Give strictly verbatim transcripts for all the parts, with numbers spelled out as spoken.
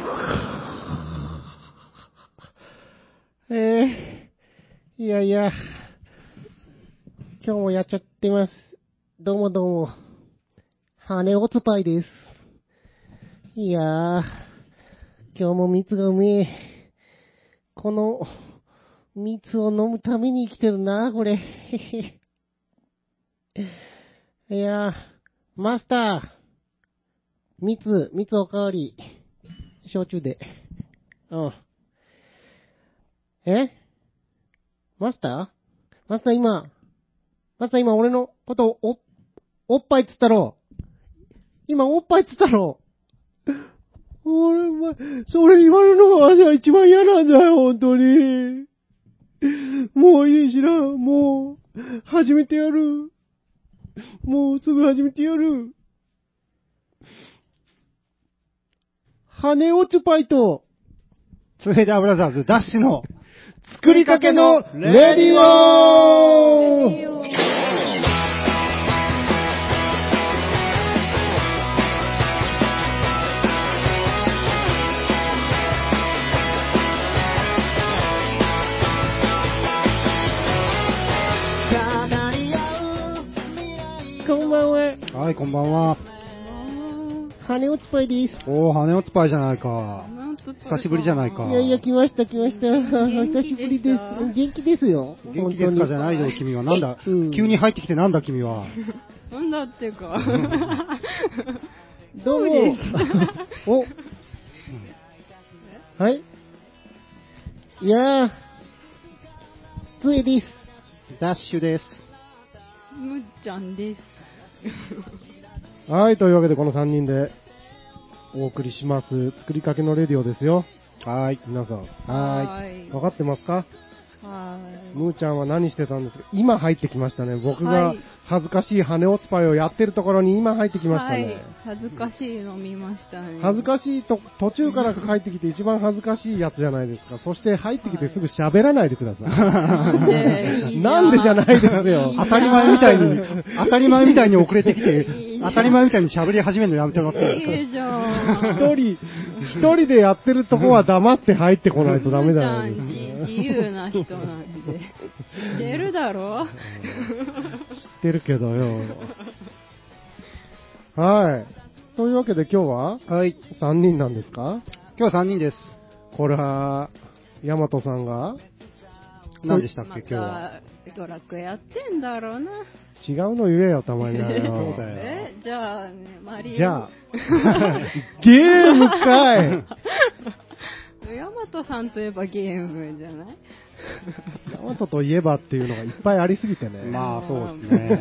えー、いやいや、今日もやっちゃってます。どうもどうも。羽おつぱいです。いやー、今日も蜜がうめえ。この、蜜を飲むために生きてるな、これ。いやー、マスター。蜜、蜜おかわり。焼酎で。うん。えマスターマスター今、マスター今俺のことお、おっぱいっつったろ。今おっぱいっつったろ。俺、ま、それ言われるのが私は一番嫌なんだよ、本当に。もういいしな、もう、始めてやる。もうすぐ始めてやる。羽おつぱいと、 ツーエイダーブラザーズダッシュの作りかけのレディオこんばんは。 はい、こんばんは。 羽おつぱいです。 おー、羽おつぱいじゃないか。久しぶりじゃないか。 いやいや、来ました来ました。久しぶりです。元気ですよ。 元気ですかじゃないよ、君は。なんだ、うん、急に入ってきてなんだ、君は。 なんだっていうか。 どうも。お、はい。いやー、つえです。 ダッシュです。 むっちゃんです。 はい、というわけでこのさんにんでお送りします、作りかけのレディオですよ。はい、皆さん。はい。分かってますか？はい。むーちゃんは何してたんですか？今入ってきましたね。僕が恥ずかしい羽おつぱいをやってるところに今入ってきましたね。はい、 恥ずかしいの見ましたね。 恥ずかしいと、途中から入ってきて一番恥ずかしいやつじゃないですか。そして入ってきてすぐ喋らないでください。 なんでいいなんでじゃないですよ。 当たり前みたいに、当たり前みたいに遅れてきて、当たり前みたいに喋り始めるのやめてもらっていいですか？ いいじゃん。 一人、一人でやってるとこは黙って入ってこないとダメだよ。 自由な人なんで。知ってるだろ？知ってるけどよ。はい。というわけで今日ははい。 さんにんなんですか？ 今日はさんにんです。 これは、ヤマトさんが何でしたっけ、今日は。 ドラクエやってんだろうな。 違うの言えよ、たまになよ。 そうだよ。え、じゃあ、ね、マリオ。 じゃあ、ゲームかい。 ヤマトさんといえばゲームじゃない？ ヤマトといえばっていうのがいっぱいありすぎてね。 まあ、そうですね。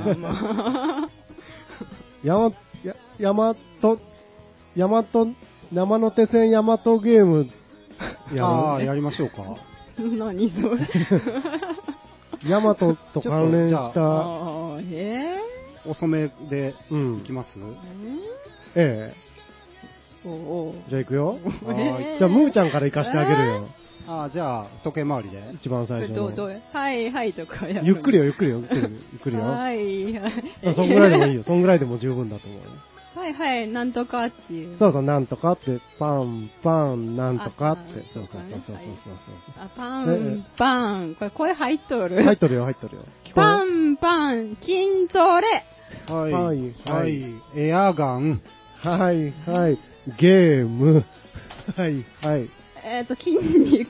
ヤマ、ヤマト、ヤマト、山手線ヤマトゲームやる？ああ、やりましょうか。 何それ。 ヤマトと関連した。 えー、遅めでいきます？うん、 ええ。おうじゃあ行くよ。はい。じゃあ、ムーちゃんから行かしてあげるよ。 ああ、じゃあ、時計回りで。 一番最初の。 どうどうはいはいとかやる。 ゆっくりよ、ゆっくりよ、ゆっくりよ。ゆっくりよ。 はいはい。 そんぐらいでもいいよ。そんぐらいでも十分だと思うよ。 はいはい、なんとかっていう。 そうそう、なんとかって、パン、パン、なんとかって。そうそうそうそうそう。 あ、パン、パン。これ声入っとる？ 入っとるよ、入っとるよ。 パン、パン、筋トレ。 はい、はい、はい。エアガン。 はい、はい。ゲーム。はい、はい。 えっと、筋肉。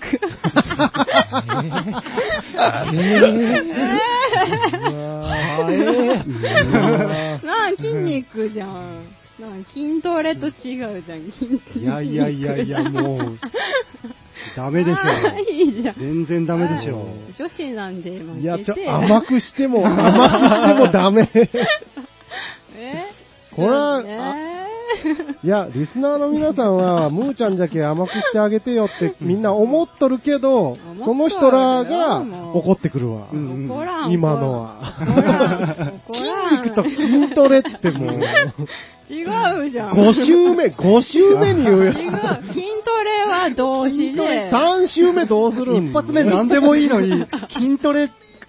なあ、筋肉じゃん。なあ、筋トレと違うじゃん。 いやいやいやいや、もう。 ダメでしょ。 いいじゃん。 全然ダメでしょ。 女子なんで負けて。 いや、ちょ、甘くしても、甘くしてもダメ。 えこれは、いや、リスナーの皆さんは、ムーちゃんじゃけ甘くしてあげてよってみんな思っとるけど、その人らが怒ってくるわ。 怒らん。 今のは。 筋肉と筋トレってもう。 違うじゃん。 ご週目、ご週目に言うよ。 違う。筋トレは動詞で。 さん週目どうするん？ 一発目何でもいいのに、筋トレ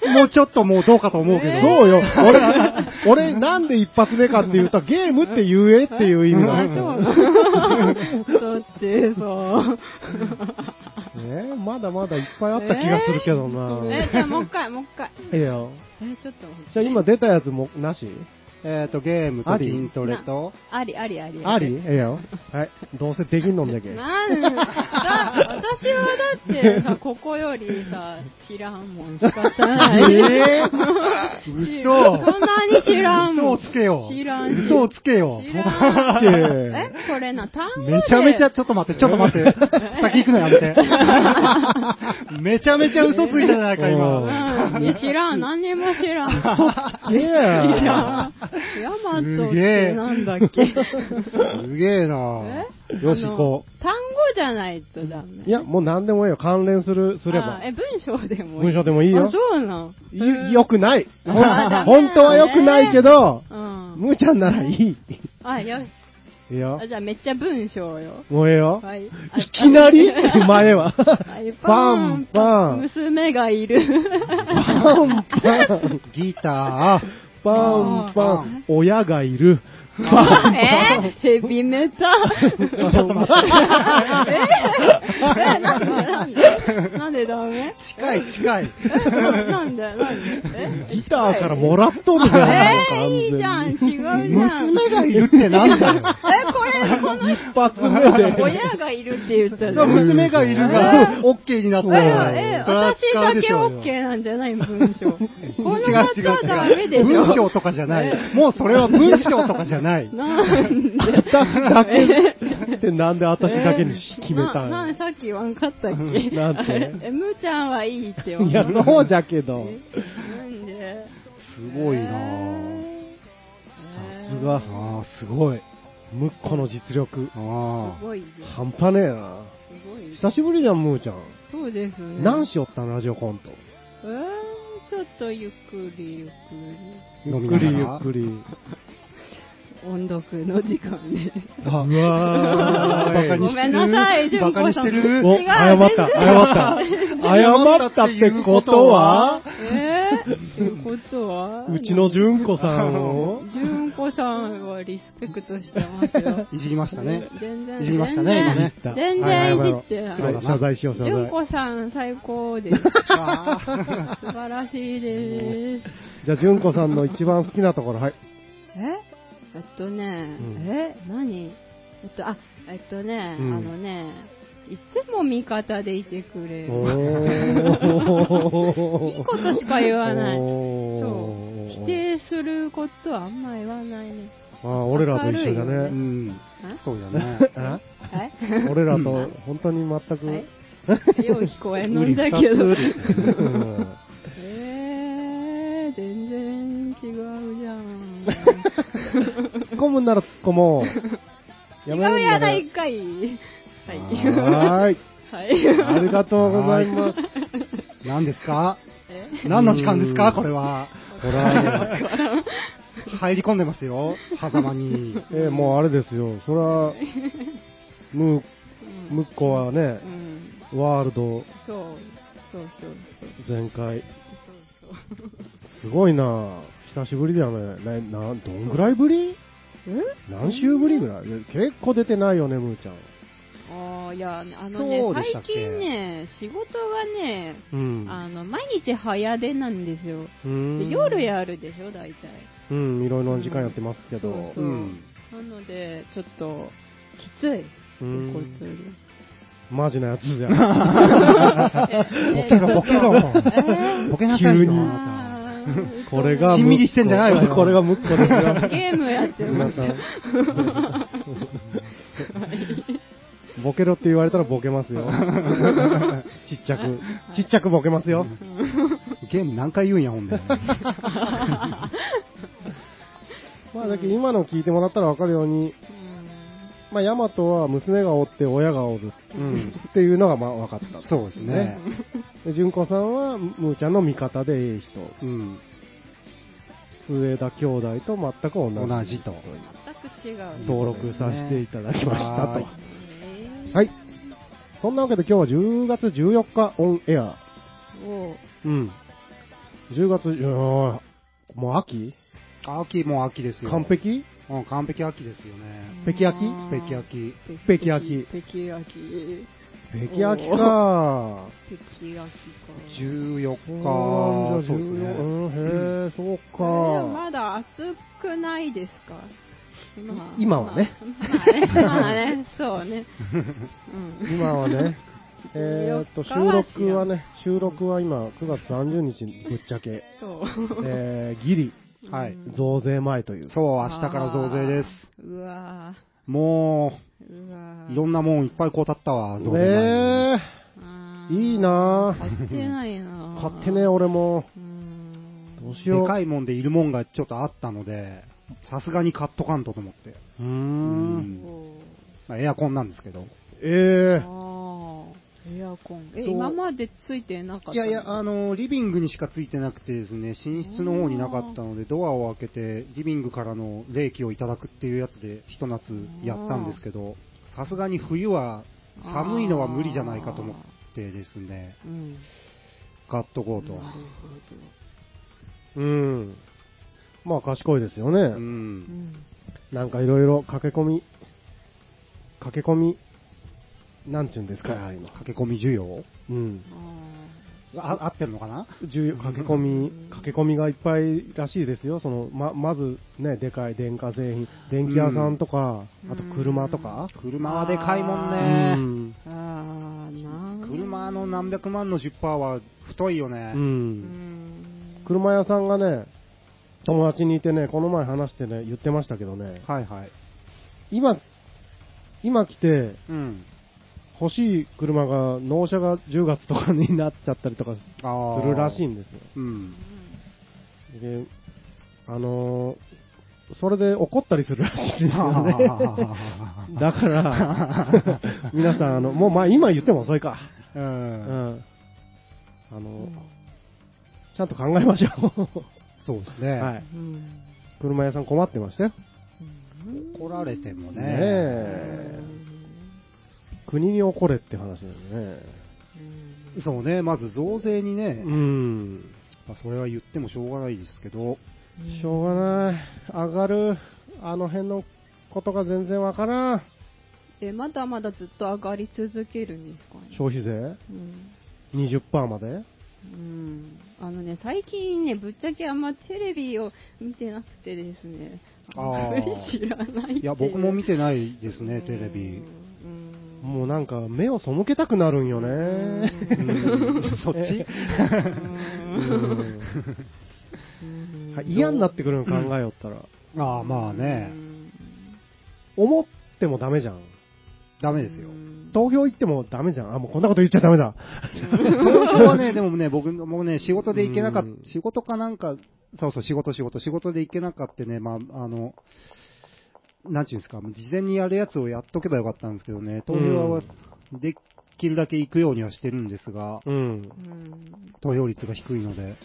もうちょっともうどうかと思うけど。 そうよ。俺、俺なんで一発目かって言うと、ゲームって言えっていう意味なあ、 の。 そうなの。だってさ。 えー、まだまだいっぱいあった気がするけどな。 え、じゃあもう一回、もう一回。 いいよ。 え、ちょっと待って。 じゃあ今出たやつもなしえっと、ゲームとあり筋トレと、 あり、あり、あり。 ありええよ。はい。どうせできんのんじゃけ。 なんだ、私はだってさ、ここよりさ、知らんもん仕方ない。 えー嘘そんなに知らんもん。 嘘をつけよ。 知らんし。 嘘をつけよ。 知らん。 いやえ、これな、単語で。 めちゃめちゃ、ちょっと待って、ちょっと待って。先行くのやめて。めちゃめちゃ嘘ついたじゃないか、今。 うん、いや知らん、何にも知らん。 い知やらん。ヤマトってなんだっけ。 すげえなえよし、 あのこ単語じゃないとダメ。 う。いや、もう何でもいいよ。関連する、すればあ。え、文章でもいい。 文章でもいいよあ、そうなん。 いよくない。ほんあダメ本当はよくないけど、 うん。 むーちゃんならいい。 あ、よし。 いいよあ。じゃあめっちゃ文章よ。 もうええよ。 はい。 いきなり前は。 はいパンパン。 娘がいる。 パンパン。 ギター、 パンパン。親がいる。 えヘビメタ。 ちょっと待って。 えなんでなんでなんでダメ近い近い。 えななんでなんでえギターからもらっとるじゃないえー、いいじゃん、違うじゃん。 娘がいるってなんだよ。 え、これ、この一発目で。 親がいるって言ったじそうゃん。 娘がいるが、オッケーになったえよ。 え、 それは私だけ使うでしょうよオッケーなんじゃない文章。この違う違う方はダメで違う。 しょ。 文章とかじゃない。もうそれは文章とかじゃない。 なんで私だけってなんで私だけに決めたんな、なや。 さっき言わんかったっけなんてえ、むちゃんはいいって言わんいや、そうじゃけど。 なんですごいなぁ。 さすが、 ああ、すごい。 ムッコの実力。 あすごいよ。 半端ねえな。 すごい。 久しぶりじゃん、ムーちゃん。 そうですね。 何しよったん、ラジオコント。 えー、ちょっとゆっくりゆっくり。 飲みゆっくりゆながらっくり。 音読の時間で。 あ。 うわーバカにしてる。 ごめんなさい純子さんバカにしてる。 お、 違う謝った、謝った。謝ったってことは、 えー、ってことはうちの純子さんを、 純子さんはリスペクトしてますよ。 いじりましたね。 全然。 いじりましたね、今ね。 全はい然いじってない。 はい、謝罪しよう、謝純罪。 子さん最高です。 わあ素晴らしいです。 じゃあ、純子さんの一番好きなところ、はい。 ええっとね、 うんえ何えっと、あ、えっとね、 うんあのね、いつも味方でいてくれる。 おーいいことしか言わない。 おそう。 ー否定することはあんま言わないね。 ああ、俺らと一緒だう明るいよね。 ん。そうだね。 あえ俺らと本当に全く、 はいよう聞こえんのんだけど。 うり二つですねうんえー、全然違うじゃん。 突っ込むんなら突っ込もう。 違うめるんならやないかい。はい。 はーい。 はい。 ありがとうございます。 何ですかえ何の時間ですかこれは。 ほら、 入り込んでますよ。狭間に。 えーもうあれですよ。そら、む、むっこはねう、ん。 ワールドそう。そうそうそう。 全開。 そうそう。 すごいな久しぶりだよね。な、な、どんぐらいぶりえ何週ぶりぐらいいや結構出てないよね、むーちゃん。 ああ、いや、あのねそう、でした最っけ近ね、仕事がね、 うん。 あの、毎日早出なんですよ。 うーんで夜やるでしょ、大体。 うん、いろいろな時間やってますけど。 そうそうう。 んなので、ちょっと、きつい。 うんこいつ。 マジなやつじゃん。 えボケろ、ボケろ。 えボケなさいよ、 急にあなあーこれがしんみりしてんじゃないわよこれがむっこですよ。 ゲームやってま皆さんす。 ボケろって言われたらボケますよ。ちっちゃく。ちっちゃくボケますよ。 た。ゲーム何回言うんや、ほんで。 まあ、だけど今の聞いてもらったらわかるように、まあ、ヤマトは娘がおって親がおるうん。 っていうのがまあ分かった。 そうですね。 で、純子さんはむーちゃんの味方でええ人。 うん。 末田兄弟と全く同じ。 同じと。 全く違う。 登録させていただきましたはいと。はい。そんなわけで今日はじゅうがつじゅうよっかオンエア。 おううん。 じゅうがつ、うーんもう秋秋も秋ですよ。 完璧うん、完璧秋ですよね。 ペキ秋ペキ秋。 ペキ秋。 ペキ秋。 ペキ秋か。 ペキ秋か。 じゅうよっか。 そうそうですね。 うん、へえ、そうえか。 ーまだ暑くないですか？まあ今はね。 まあね、まあね、そうね。うん今はね、えーっと、収録はね、収録は今、くがつさんじゅうにちぶっちゃけ、 そう。 えー、ギリ、 はい。 増税前という。 そう、明日から増税です。 うわもーうわう、いろんなもんいっぱいこうたったわ、増税前に。 ねあえ、いいなぁ。 買ってないなぁ買ってね、俺も。 うーんどうしよう。 でかいもんでいるもんがちょっとあったので、さすがに買っとかんとと思って。 うー。 うんん。まあ、エアコンなんですけど。 えあーエアコン。え、 そう今までついてなかったの？ いやいや、あの、リビングにしかついてなくてですね、寝室の方になかったので、ドアを開けて、リビングからの冷気をいただくっていうやつで、ひと夏やったんですけど、さすがに冬は寒いのは無理じゃないかと思ってですね、 うん。 買っとこうと。 なるー、うん。まあ、賢いですよね。 う。 ほど。うんん。 なんかいろいろ駆け込み、駆け込み、なんちゅうんですか、ああいうの。 駆け込み需要うん。 あ合ってるのかな重要駆け込み、駆け込みがいっぱいらしいですよ。その、ま、まずね、でかい電化製品、電気屋さんとか、 うんあと車とか。 車はでかいもんうね。 ん。 あーな車の何百万の じゅっパーセント は太いよね。 う。 うんん。 車屋さんがね、友達にいてね、この前話してね、言ってましたけどね、 はいはい。 今、今来て、 うん。 欲しい車が、納車がじゅうがつとかになっちゃったりとかすあるらしいんですよ。 うん。 で、あのーそれで怒ったりするらしいんですよね。だから、皆さん、あの、もうまあ今言っても遅いか。 う。 うんん。あの、ちゃんと考えましょう。 そうですね。 はい。 うん車屋さん困ってましたよ。 怒られてもね。 ねえ。国に怒れって話だよね。 そうね、まず増税にね、 うん。 まあ、それは言ってもしょうがないですけど、 しょうがない。上がる、あの辺のことが全然わからん。 え、まだまだずっと上がり続けるんですかね。 消費税うんにじゅっパーセントまでうん、あのね、最近ね、ぶっちゃけあんまテレビを見てなくてですね、あんまり知らないっていう。 いや、僕も見てないですね、テレビ。 うんもうなんか目を背けたくなるんよね。 うんそっちうんはい嫌になってくるの考えよったら、 ああ、まあね、 思ってもダメじゃん。 ダメですよ。 投票行ってもダメじゃん。あ、もうこんなこと言っちゃダメだ。 投票はね、でもね、僕もね、仕事で行けなかっうんた、仕事かなんか、そうそう、仕事仕事、仕事で行けなかったね、まあ、あの、なんていうんですか、事前にやるやつをやっとけばよかったんですけどね、投票はできるだけ行くようにはしてるんですが、 うん。 うん投票率が低いので。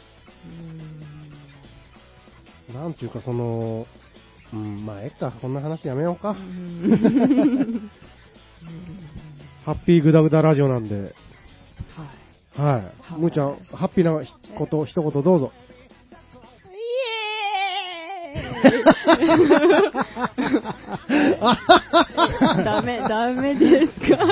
なんていうかその、うん、まあ、えっか、こんな話やめようか。ハッピーグダグダラジオなんで、 はいはい。むーちゃん、ハッピーなこと、一言どうぞ。 イエーイダメ、ダメですか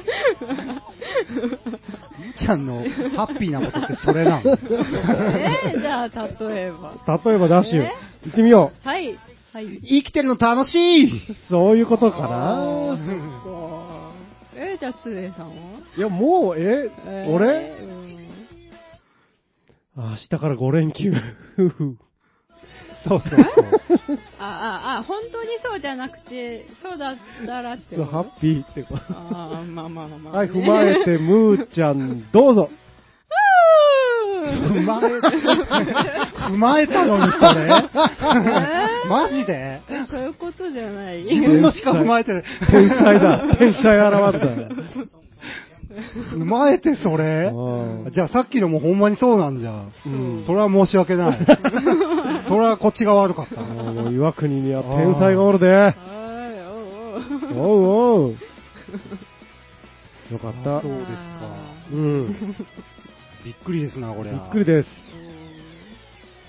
ゆうちゃんのハッピーなことってそれなのえー、じゃあ、例えば。 例えばダッシュ、 え行ってみよはい、はい。 生きてるの楽しいう。そういうことかあな。 ーそっかえー、じゃあ、つえさんはいや、もう、え、 えー俺うん明日からご連休。 そうそうあ、あ、あ、本当にそうじゃなくて、そうだったらってこと。 ハッピーってこと。 あーまあまあまあ、 はい、踏まえて、むーちゃん、どうぞ。 踏まえ、踏まえたのにそれーマジでえそういうことじゃない。 自分のしか踏まえてない。 天才だ。天才現ったよ。 踏まえてそれうんじゃあさっきのもほんまにそうなんじゃん。 うんそれは申し訳ない。それはこっちが悪かった。 もう岩国には天才がおるで。 はいおうおうおうおう。よかった。 そうですか。 うん。 びっくりですな、これ。 びっくりです。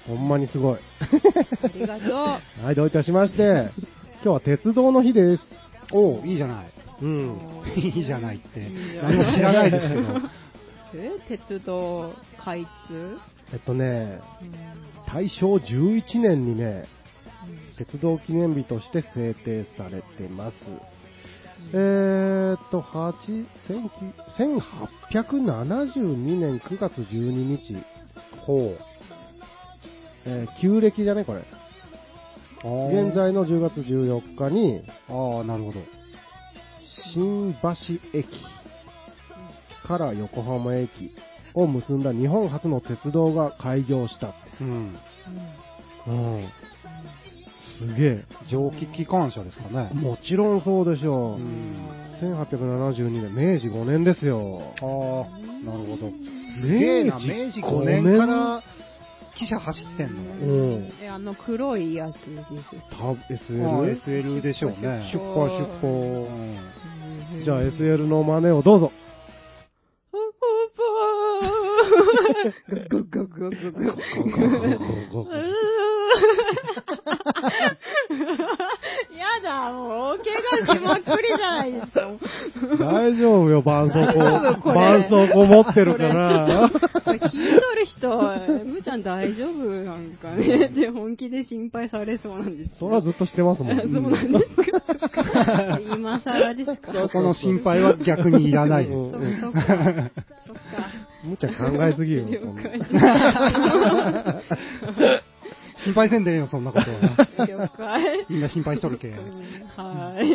ほんまにすごい。 ありがとう。 はい、どういたしまして、今日は鉄道の日です。 おう、いいじゃない。 うん。 いいじゃないって。 いいじゃ何も知らないですけど。 え、鉄道開通？ えっとね、 うん、 大正じゅういちねんにね、鉄道記念日として制定されてます。えーっと、せんはっぴゃくななじゅうにねんくがつじゅうににち。ほう。えー、旧暦じゃね、これ。現在のじゅうがつじゅうよっかに、 ああ、なるほど。 新橋駅から横浜駅を結んだ日本初の鉄道が開業した。 うん。 うん。すげえ。 蒸気機関車ですかね。 もちろんそうでしょう。 うん、 せんはっぴゃくななじゅうにねん、めいじごねんですよ。 ああ、なるほど。すげえな、めいじごねんから汽車走ってんの。 うん。 え、あの黒いやつです。 た エスエル？ エスエル でしょうね。 出庫出庫。 うん、 じゃあ エスエル の真似をどうぞ。 ゴゴゴゴゴゴゴ。やだ、もう、怪我しまくりじゃないですか。 大丈夫よ、絆創膏。絆創膏持ってるから。 聞いとる人、むちゃん大丈夫なんかねって本気で心配されそうなんです。 それはずっとしてますもん。 そうなんですか。今更ですか。 そこの心配は逆にいらないです。 そっか。そっか。 むちゃん考えすぎよ。 心配せんでええよ、そんなことは。 了解。 みんな心配しとるけ。 はい。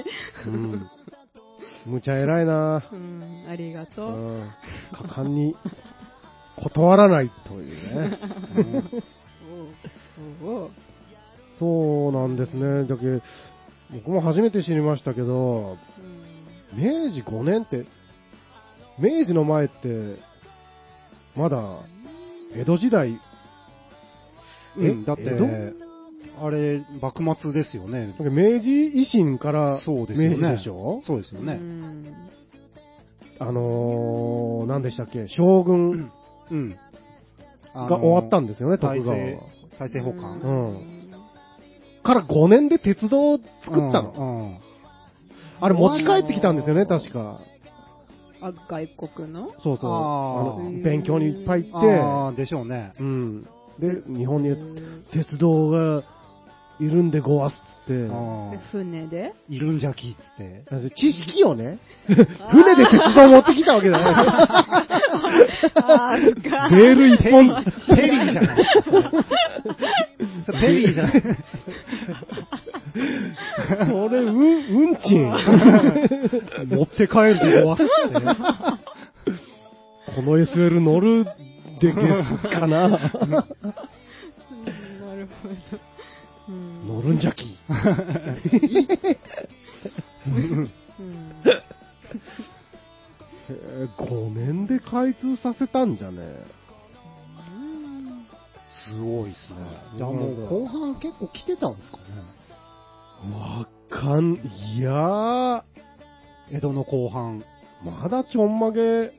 うん。むちゃ偉いな。 うん、ありがとう。 うん。果敢に断らないというね。 うん、おうおうそうなんですね。だけ僕も初めて知りましたけど、うん、めいじごねんって、明治の前って、まだ江戸時代、 うん、だって、あれ、幕末ですよね。 明治維新から明治でしょ？ そうですよね。 あのー、何でしたっけ、将軍が終わったんですよね、徳川は。 大政奉還。 うん。からごねんで鉄道を作ったの。うんうん、あれ持ち帰ってきたんですよね、確か。 あ、外国の？ そうそう。あの勉強にいっぱい行って。 ああ、でしょうね。 うん。で、日本に鉄道がいるんでごわすっつって。 船でいるんじゃきっつって。 知識をね、船で鉄道持ってきたわけじゃない。 あーレール一本。 ペリーじゃない。ペリーじゃない。 それ、うん、うんちん。持って帰るでごわすって。この エスエル 乗るでけかな。なるほど。うん、乗るんじゃき。ごねんで開通させたんじゃね。 すごいですね。じゃあもう後半結構来てたんですかね。 わかん、いやー、 江戸の後半。 まだちょんまげ、うん、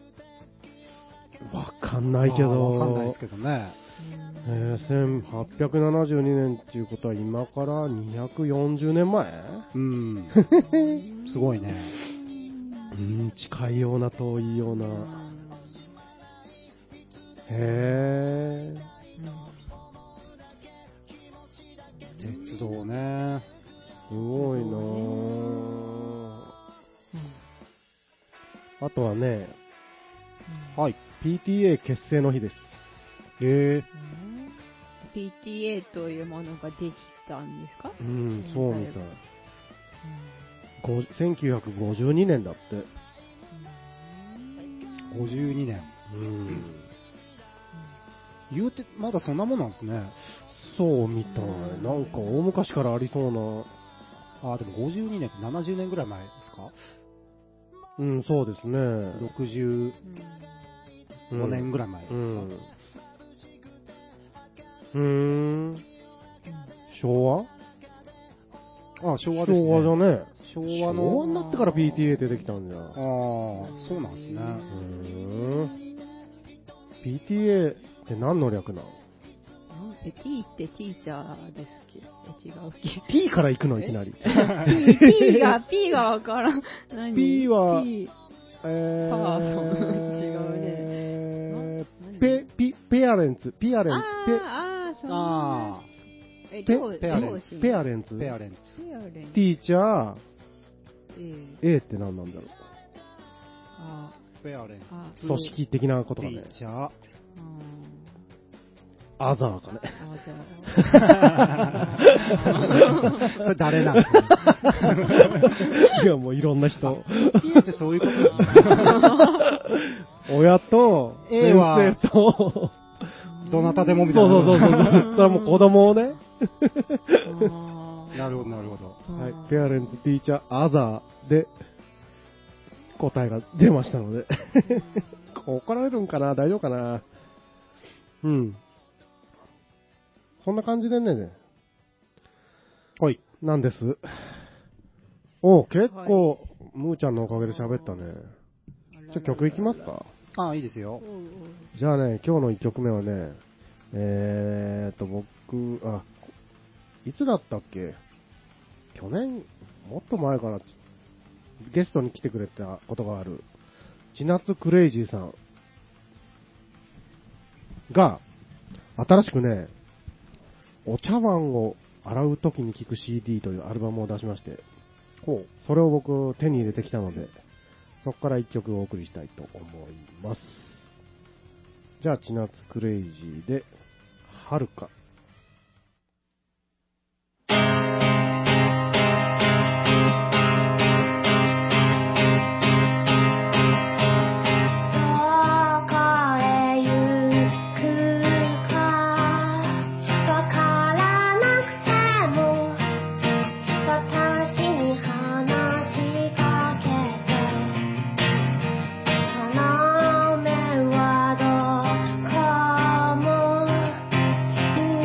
わかんないけど、 わかんないですけどね。 えー、せんはっぴゃくななじゅうにねんっていうことは今からにひゃくよんじゅうねんまえ？ うん。すごいね。 うん、近いような遠いような。へー。 鉄道ね。 すごいなぁ。あとはね、 はい。 ピーティーエー 結成の日です。 えー。 ピーティーエー というものができたんですか？ うん、そうみたい。うん、せんきゅうひゃくごじゅうにねんだって。 ごじゅうにねん。うん。言うて、まだそんなもんなんですね。 そうみたい。なんか大昔からありそうな。 ああ、でもごじゅうにねん、ななじゅうねんぐらい前ですか？ うん、そうですね。 ろくじゅうごねんぐらい前ですか？うん。 うーん。昭和？ ああ、昭和ですね。 昭和じゃね。 昭和の。 昭和になってから ピーティーエー ってできたんじゃ。ああ、 そうなんですね。うーん。 ピーティーエー、 って何の略なの？ え、T ってティーチャーですっけ？え、違うっけ？ T から行くのいきなり。 P, P が、P がわからん。何 P は、 P、 えー、 パーソン。違うね。 ペ、ピ、ペアレンツ、ピアレンツ、 あー、あー、そう。 あえ、 ペ、 両ペアレン両親ペアレンツ、 ペアレンツ。 ペアレンツ。 ティーチャー、 え A って何なんだろう。 あペアレンあ、 ツ。 組織的なことがねティ。ーチャー。 アザーかね。 あじゃあ。 それ誰なんですか？ いや、もういろんな人。 ピーってそういうことですね。 親と、 A は先生と、 どなたでもみたそいうな。 そうそうそう。それはもう子供をね。 なるほど、なるほど。 はい。ペアレンツ、ティーチャー、アザーで、答えが出ましたので。怒られるんかな？大丈夫かな？うん。そんな感じでね。はい。なんです。お結構、ムーちゃんのおかげで喋ったね。じゃあ曲いきますか？ ああ、いいですよ。 じゃあね、今日のいっきょくめはね、えーと、僕、あ、いつだったっけ？去年、もっと前かな。ゲストに来てくれたことがある、千夏クレイジーさんが、新しくね、お茶碗を洗うときに聴く シーディー というアルバムを出しまして、 ほう。 それを僕手に入れてきたので、そこからいっきょくお送りしたいと思います。じゃあ、千夏クレイジーで、はるか。 頼めはどこも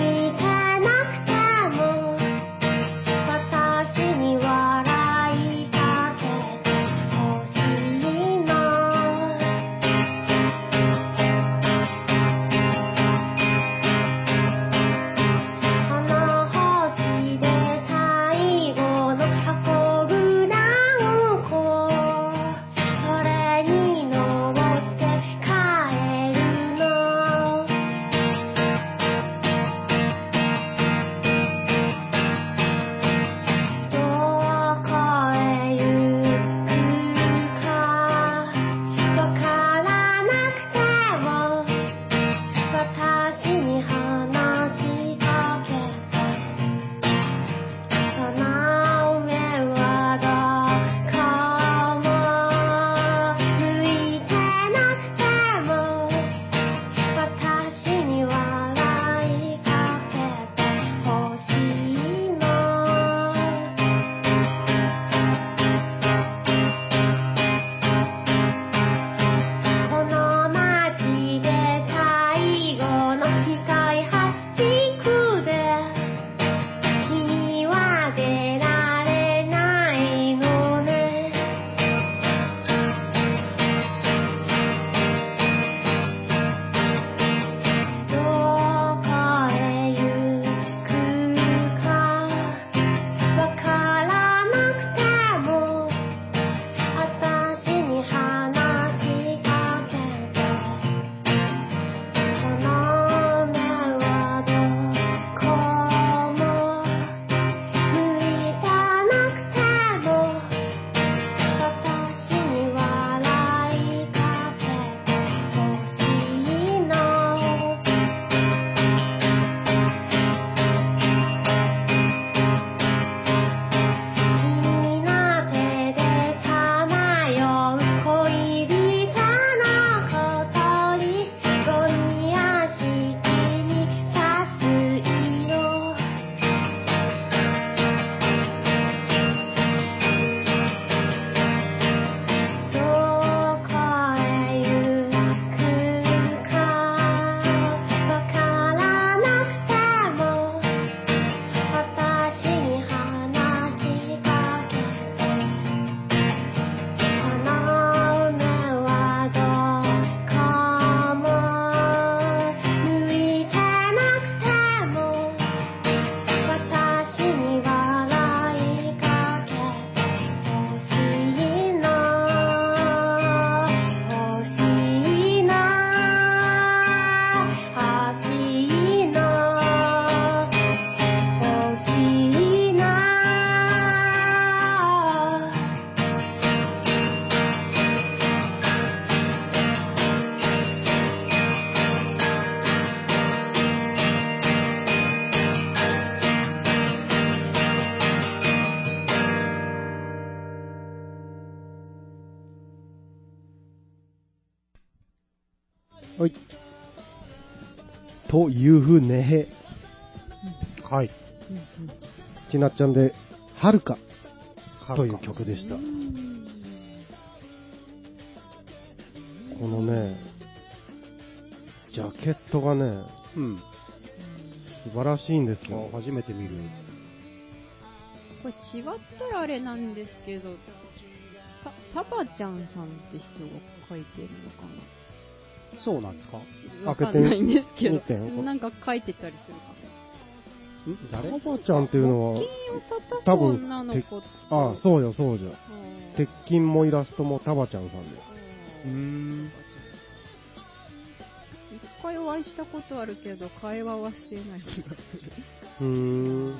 はい。というふうね。 はい。 ちなっちゃんで、はるかという曲でした。このね、ジャケットがね、うん、素晴らしいんですよ。 初めて見る。 これ違ったらあれなんですけど、た、たばちゃんさんって人が書いてるのかな。 そうなんですか？ わかんないんですけど、なんか書いてたりするかな。誰？たばちゃんっていうのは、多分、ああ、そうじゃそうじゃ。鉄筋もイラストもたばちゃんさんで。うーん。 一回お会いしたことあるけど、会話はしてない気がする。 うーん。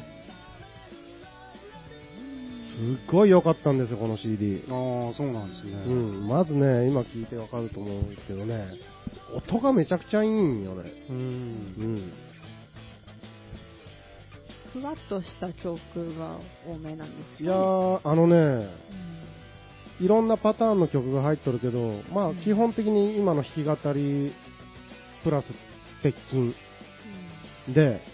すっごい良かったんですよ、この シーディー。 ああ、そうなんですね。 うん。まずね、今聞いてわかると思うんですけどね、音がめちゃくちゃいいんよね。うん。うん。 ふわっとした曲が多めなんですかね。 いやー、あのね、うん、いろんなパターンの曲が入っとるけど、まあ基本的に今の弾き語りプラス鉄筋、うん、で、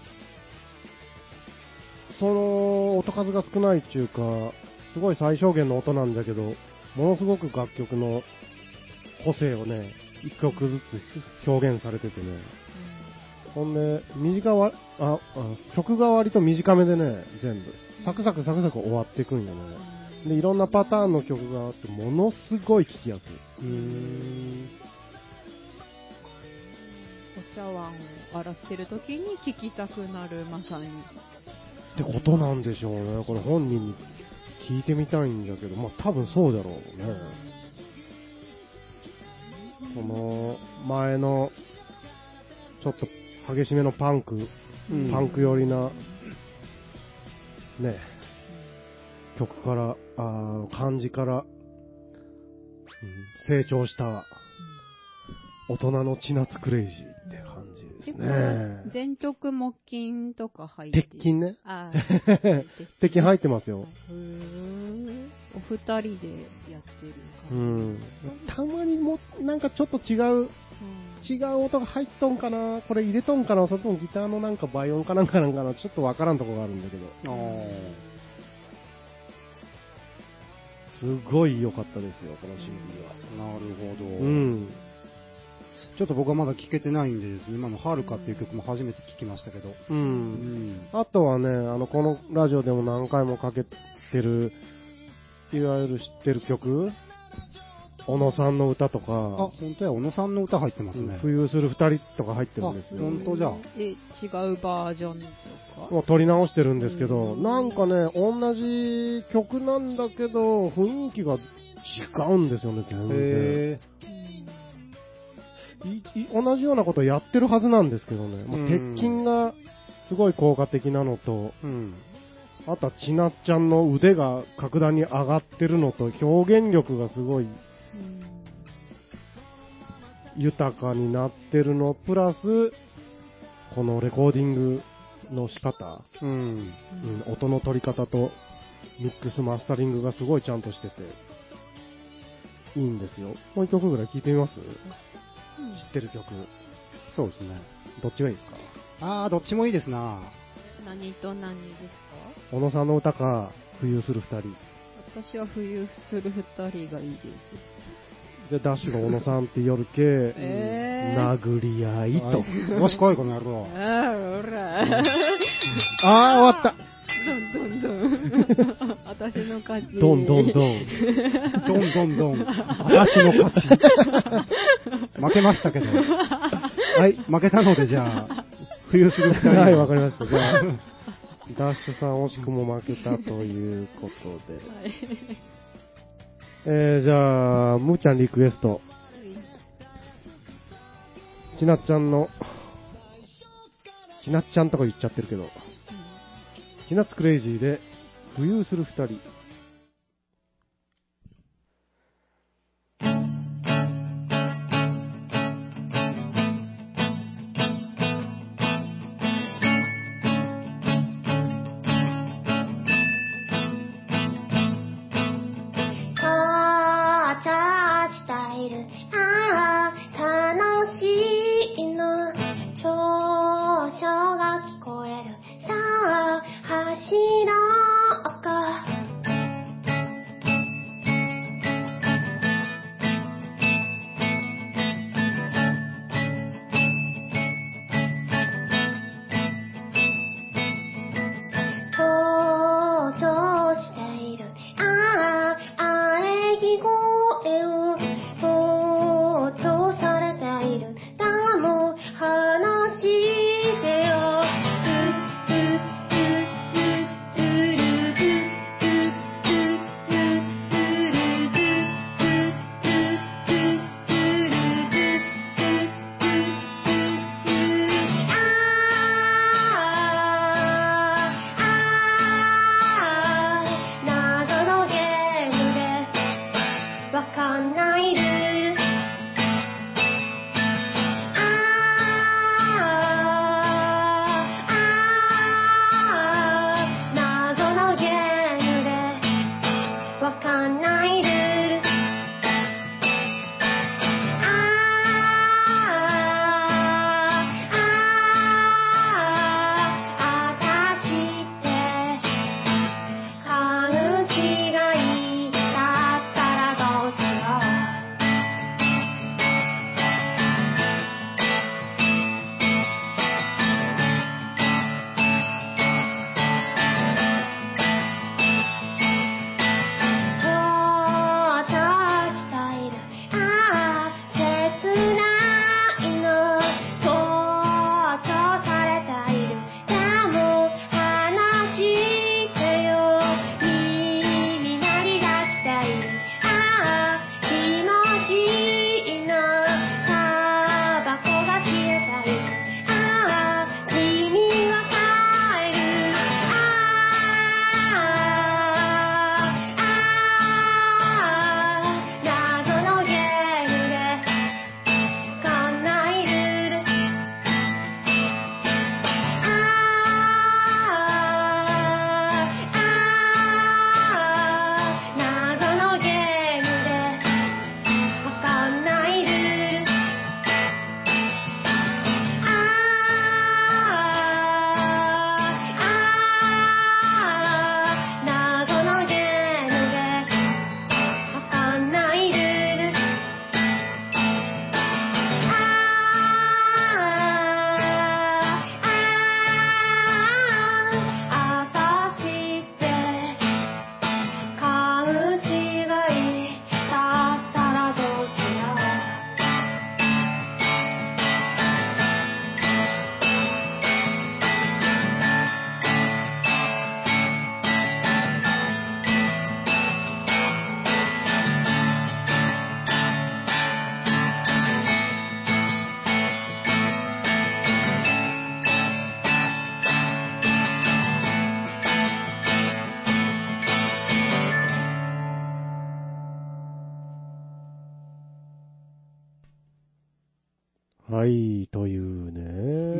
その音数が少ないっていうか、すごい最小限の音なんだけど、ものすごく楽曲の個性をね、一曲ずつ表現されててね、うん、ほんで、短わああ曲が割と短めでね、全部、サクサクサクサク終わっていくんよね。で、いろんなパターンの曲があって、ものすごい聴きやすい。うーん、 お茶碗を洗ってる時に聴きたくなる、まさに。 ってことなんでしょうね。これ本人に聞いてみたいんだけど、まあ多分そうだろうね。この前のちょっと激しめのパンク、うん、パンク寄りなね曲から、あ感じから、うん、成長した大人のチナツクレイジーって感じですね。 全曲木琴とか入ってる。 鉄筋ね。 あ鉄筋入ってますよ。 へー、お二人でやってる感じ。 うん。たまにもなんかちょっと違う、うん、違う音が入っとんかな、これ入れとんかな、それともギターのなんか倍音かなんかなんかな、ちょっとわからんとこがあるんだけど。あすごい良かったですよ、この シーディー は。 なるほど。 うん。 ちょっと僕はまだ聴けてないんでですね、今のはるかっていう曲も初めて聴きましたけど。うん。うん、 あとはね、あの、このラジオでも何回もかけてる、いわゆる知ってる曲、小野さんの歌とか。あ、 本当や、小野さんの歌入ってますね。 浮遊する二人とか入ってるんですよ。 本当じゃ。 え、違うバージョンとかもう撮り直してるんですけど、なんかね、同じ曲なんだけど、雰囲気が違うんですよね、全然。へー。いい同じようなことやってるはずなんですけどね、まあ、鉄筋がすごい効果的なのと、うん、あとはちなっちゃんの腕が格段に上がってるのと、表現力がすごい豊かになってるのプラス、このレコーディングの仕方、うんうん、音の取り方とミックスマスタリングがすごいちゃんとしてていいんですよ。もう一曲ぐらい聴いてみます？知ってる曲。 そうですね。 どっちがいいですか？ あー、どっちもいいですな。 何と何ですか？ 小野さんの歌か、浮遊する二人。 私は浮遊する二人がいいです。 で、ダッシュが小野さんって夜け、えー、殴り合いと。 もし来い、この野郎。 あー、ほら。 あー、終わった。 どんどんどん。私の勝ち。 どんどんどん。 どんどんどん。私の勝ち。負けましたけど。はい、負けたので、じゃあ、浮遊する二人。 はい、わかりました。じゃあ、ダッシュさん惜しくも負けたということで。はい、えー、じゃあ、むーちゃんリクエスト。ちなっちゃんの、ちなっちゃんとか言っちゃってるけど、ちなつクレイジーで浮遊する二人。 チャーチャーしたいるああ楽しはい、というね。 うん。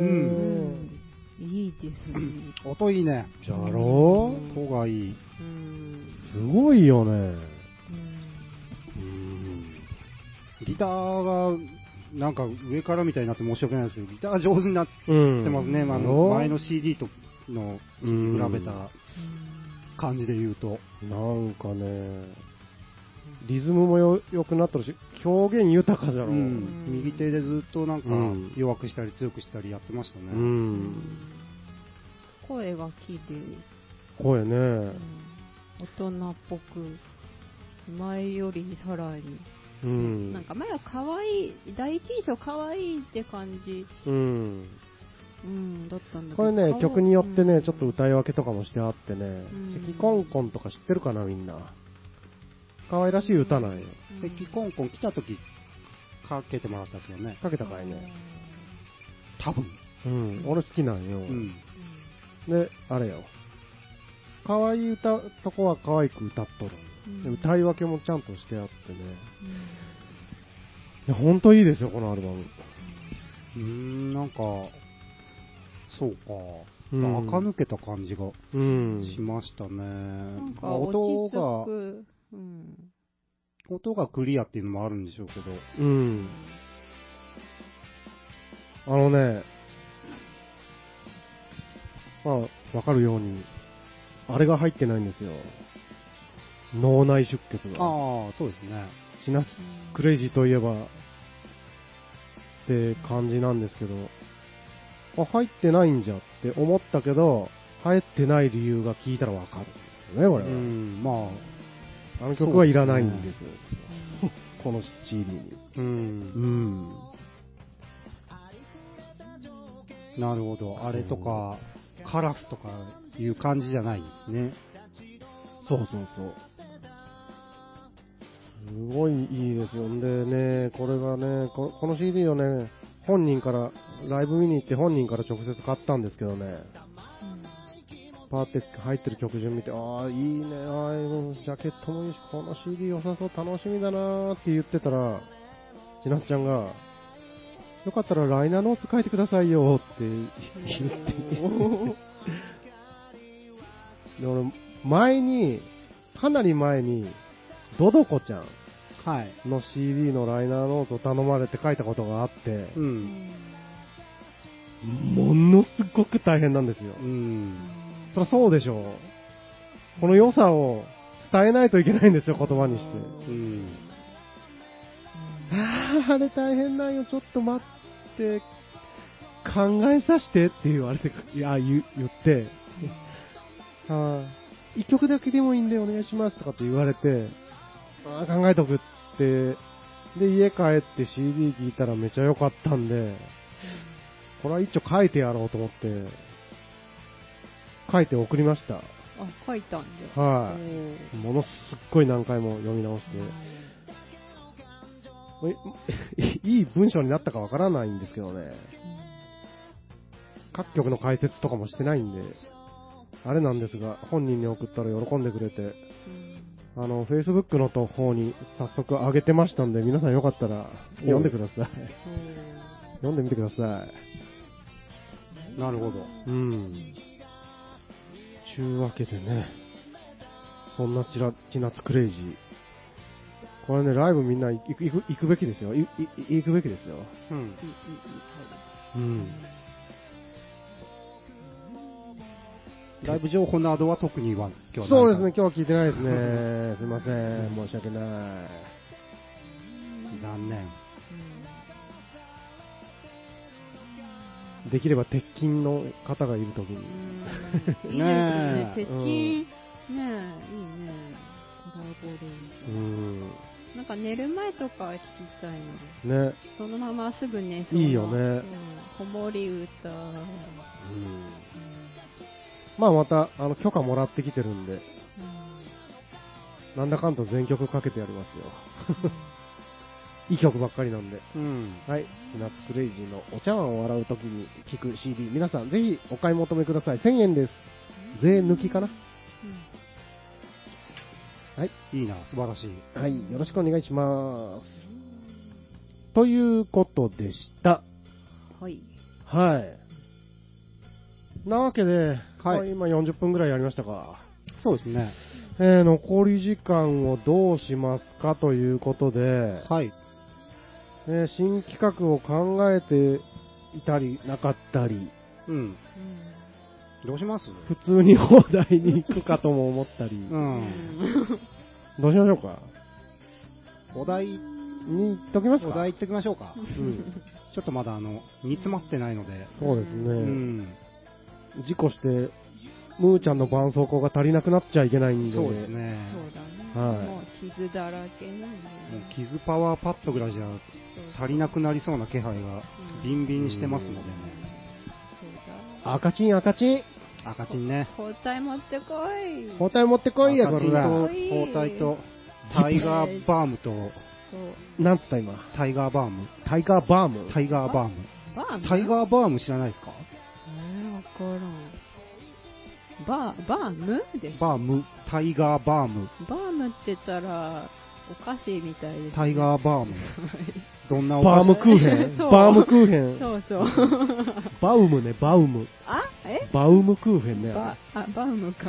いいですね。 音いいね。 じゃろう音がいい。 うん。 すごいよね。うん。 うん。ギターが、なんか上からみたいになって申し訳ないですけど、ギター上手になってますね。うん、あの前の シーディー との比べた感じで言うと。 なんかね、リズムもよ良くなったし、表現豊かじゃろう、うん、 右手でずっとなんか弱くしたり強くしたりやってましたね。うん、 声が綺麗。 声ね、うん、 大人っぽく、前よりさらに。うん、なんか前は可愛い、第一印象可愛いって感じ。うんうん、だったんだけどこれね、曲によってね、うん、ちょっと歌い分けとかもしてあってね、うん、関コンコンとか知ってるかな、みんな。可愛らしい歌なんよ。 うん、関コンコン来た時かけてもらったんですよね。 かけたかいね。 多分。 うん、俺好きなんよ。うん、で、あれよ。可愛い歌とこは可愛く歌っとる。うん、で歌い分けもちゃんとしてあってね。うん、いや、ほんといいですよ、このアルバム。 うーん、なんか、そうか。うん、垢抜けた感じがしましたね。うん、 なんか音が、うん、 音がクリアっていうのもあるんでしょうけど。 うん。あのね、まあ、わかるように、あれが入ってないんですよ。脳内出血が。 ああ、そうですね。 シナクレイジーといえば、って感じなんですけど、あ、入ってないんじゃって思ったけど、入ってない理由が聞いたらわかるんですよね、これは。うん、まあ、あの曲はいらないんですよ。すね、この シーディー に。うん。うん。 なるほど。あれとか、うん、カラスとかいう感じじゃないですね。 そうそうそう。すごいいいですよ。んでね、これがね、この シーディー をね、本人から、ライブ見に行って本人から直接買ったんですけどね、 パーって入ってる曲順見て、ああ、いいね、ああ、ジャケットもいいし、この シーディー 良さそう、楽しみだなーって言ってたら、ちなっちゃんが、よかったらライナーノーツ書いてくださいよって言ってで俺、前に、かなり前に、ドドコちゃんの シーディー のライナーノーツを頼まれて書いたことがあって、うん、ものすごく大変なんですよ。うん、そりゃそうでしょう。この良さを伝えないといけないんですよ、言葉にして。うん、ああ、あれ大変なんよ、ちょっと待って、考えさせてって言われて、いや、言, 言って、はあ、一曲だけでもいいんでお願いしますとかって言われて、あ考えとくっつって、で、家帰って シーディー 聴いたらめちゃ良かったんで、これは一丁書いてやろうと思って、書いて送りました。 あ、書いたんで。 はい、ものすっごい何回も読み直して、いい文章になったかわからないんですけどね、各曲の解説とかもしてないんで、あれなんですが、本人に送ったら喜んでくれて、あの、Facebook の方に早速上げてましたんで、皆さんよかったら読んでください。読んでみてください。なるほど。うん。 ちゅうわけでね、そんなチラチナツクレイジー。これね、ライブみんな行く、行く、行くべきですよ。行くべきですよ。うん。 うん。ライブ情報などは特には今日はそうですね、今日は聞いてないですね。すいません、申し訳ない。 残念。 できれば鉄筋の方がいるときに。 いいですね、鉄筋、ねえ、いいね。コラボレーション。なんか寝る前とか聞きたいので。ね。そのまますぐ寝そうな。 いいよね。 子守歌。うん。 まあまたあの許可もらってきてるんで、うん、なんだかんだ全曲かけてやりますよ。いい曲ばっかりなんで、うん、はい、チナツクレイジーのお茶碗を洗うときに聴く シーディー、皆さんぜひお買い求めください。せんえんです。税抜きかな、うん、はい、 いいな、素晴らしい。 はい、よろしくお願いします。ということでした。 はい。 はい。なわけで、はい、今よんじゅっぷんぐらいやりましたか。 そうですね。 えー、残り時間をどうしますかということで、はい。えー、新企画を考えていたりなかったり、うん。 どうします？ 普通に放題に行くかとも思ったり、うん。どうしましょうか。 お題に行っときますか。 お題行っときましょうか。うん。ちょっとまだあの煮詰まってないので。 そうですね。うん。事故して、ムーちゃんの絆創膏が足りなくなっちゃいけないんで。 そうですね。 そうだね。はい、もう傷だらけなんで、ね。もう傷パワーパッドぐらいじゃ足りなくなりそうな気配がビンビンしてますのでね。 うん、赤チン赤チン赤チンね。 包帯持ってこい。 包帯持ってこいや、これだ。 包帯とタイガーバームと、 なんつった今。 タイガーバーム。 タイガーバームタイガーバーム。タイガーバーム知らないですか？ えー、わからん。バー、バームです。 バーム、タイガーバーム。 バームって言ったら、お菓子みたいです、ね。 タイガーバーム。どんなお菓子？バームクーヘンバームクーヘン。 そうそう。 バウムね、バウム。 あえバウムクーヘンね。 バ、あ、バウムか。はい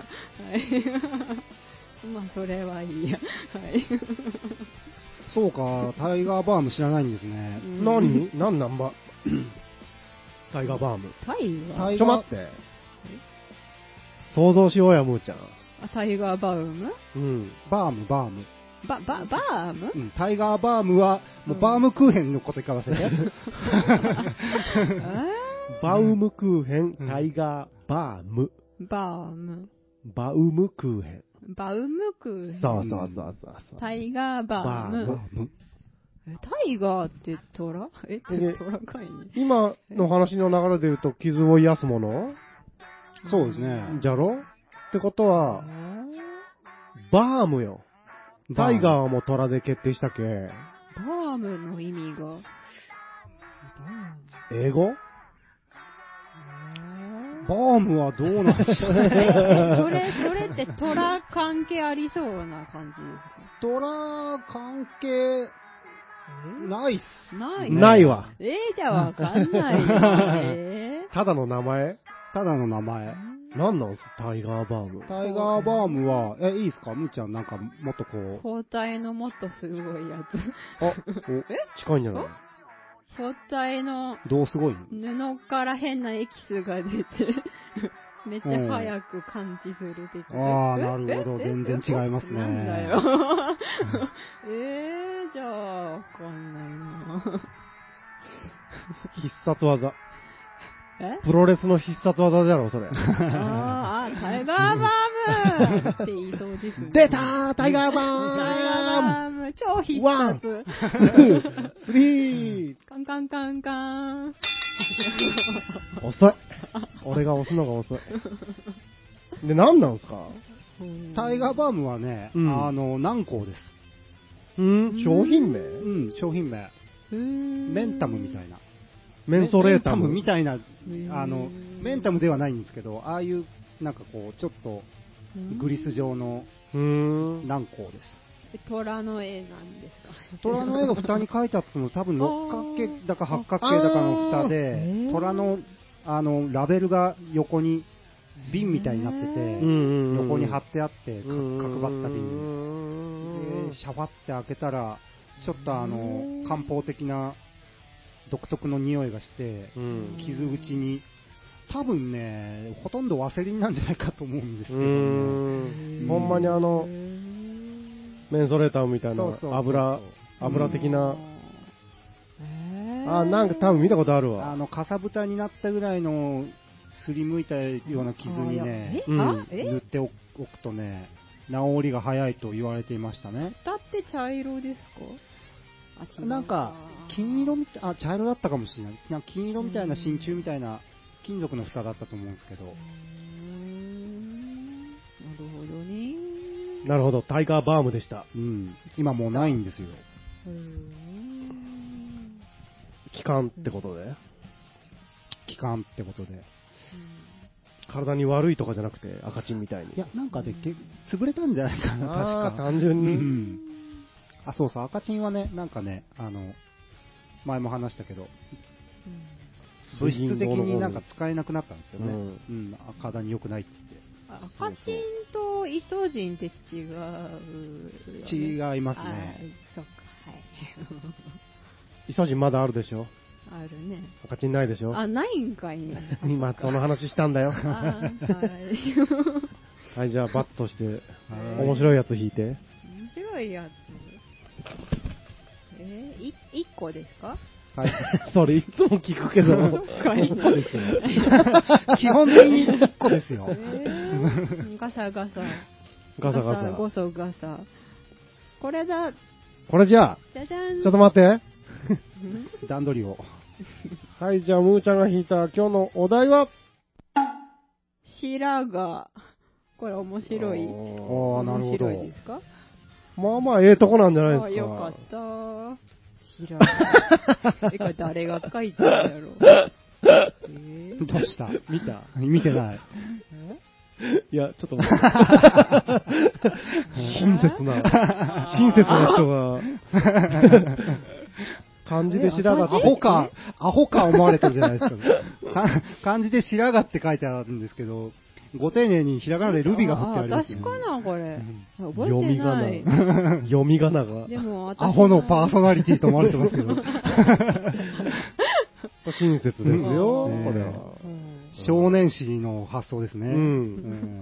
。まあ、それはいいや。はい。 そうか、タイガーバーム知らないんですね。 何何なんばタイガーバーム。 タイガーちょ待って。想像しようや、ムーちゃん。 あ、タイガーバームうん。バーム、バーム。 ば、ば、バームうん。タイガーバームは、もうバームクーヘンのこと言わせて。 バウムクーヘン、タイガーバーム。 バーム。 バウムクーヘン。 バウムクーヘン。 そうそうそうそう。 タイガーバーム。バーム。え、タイガーってトラえ、トラかいね。 今の話の流れで言うと、傷を癒すもの？ そうですね。 じゃろ？ってことは、バームよ。タイガーもトラで決定したけ。 バームの意味が。 英語？ バームはどうなんでしょうね。 それ、それって虎関係ありそうな感じですか？ 虎関係、ないっす。 ないないわ。 えー、じゃあわかんないよ。えー、 ただの名前ただの名前。 なんなんすタイガーバーム。 タイガーバームは、え、いいっすかむーちゃん、なんか、もっとこう。 包帯のもっとすごいやつ。 あ、お、近いんじゃない？ 包帯のどうすごい布から変なエキスが出て、めっちゃ早く感知する的な。 ああ、なるほど。全然違いますね。 なんだよ。えー、じゃあ、わかんないな。 必殺技。 えプロレスの必殺技だろ、それ。 あーあ、タイガーバームって言いそうですね。 出たータイガーバームタイガーバーム超必ワン殺。 スリーカンカンカンカン。 遅い。俺が押すのが遅い。で、何なんすか？ タイガーバームはね、 うん、 あの、軟膏です。 うん商品名？ うん、商品名。メンタムみたいな。 メンソレータム。 メンタムみたいな、あの、メンタムではないんですけど、ああいう、なんかこう、ちょっと、グリス状の軟膏です。 虎の絵なんですか？ 虎の絵が蓋に書いてあったの多分六角形だか八角形だかの蓋で、虎の、あの、ラベルが横に、瓶みたいになってて、横に貼ってあって、角張った瓶に。で、シャバって開けたら、ちょっとあの、漢方的な独特の匂いがして、傷口に、多分ね、ほとんどワセリンなんじゃないかと思うんですけどね。 ほんまにあの、メンソレーターみたいな油、油的な、あ、なんか多分見たことあるわ。 あの、かさぶたになったぐらいの、すりむいたような傷にね、 うん、 塗っておくとね、治りが早いと言われていましたね。 蓋って茶色ですか？なんか、金色みたい、あ、茶色だったかもしれない。なんか金色みたいな真鍮みたいな金属の蓋だったと思うんですけど。うーん、なるほどね。 なるほど、タイガーバームでした。 うん。今もうないんですよ。 うーん。 気管ってことで？ 気管ってことで。 体に悪いとかじゃなくて赤チンみたいに。 いや、なんかで、潰れたんじゃないかな、確か。 単純に、うん。 あ、そうそう、赤チンはね、なんかね、あの、前も話したけど、うん、物質的になんか使えなくなったんですよね。うん、うん、体に良くないって言って。 赤チンとイソジンって違う、 ね、違いますね。 そっか、はい。 イソジンまだあるでしょ？ あるね。 赤チンないでしょ？ あ、ないんかいね。 今その話したんだよ。 あ、はい。 はい、じゃあ罰として面白いやつ引いて。 面白いやつ。えー、い一個ですか？ はい。それいつも聞くけど。 一個ですよ。基本的に一個ですよ。 えー、ガサガサ。 ガサガサ。 ゴソガサ。これだ。 これじゃあ。 じゃじゃん。 ちょっと待って。 段取りを。 はい、じゃあ、ムーちゃんが引いた今日のお題は白髪。これ面白い。 ああ、なるほど。 面白いですか？ まあまあ、ええとこなんじゃないですか。 あ、よかった。白髪。え、これ誰が書いたんやろう。 えー、どうした？ 見た？ 見てない。 え？いや、ちょっと待って。親切な、親切な人が、漢字で白髪アホか、アホか思われてるじゃないですか。漢字で白髪って書いてあるんですけど、ご丁寧にひらがなでルビが振ってあります、 ね。私かな、これ。 うん、 覚えてない。 読み仮名が。 でも私アホのパーソナリティと思われてますけど。 親切ですよ、これは。 少年誌の発想ですね、 うんうん。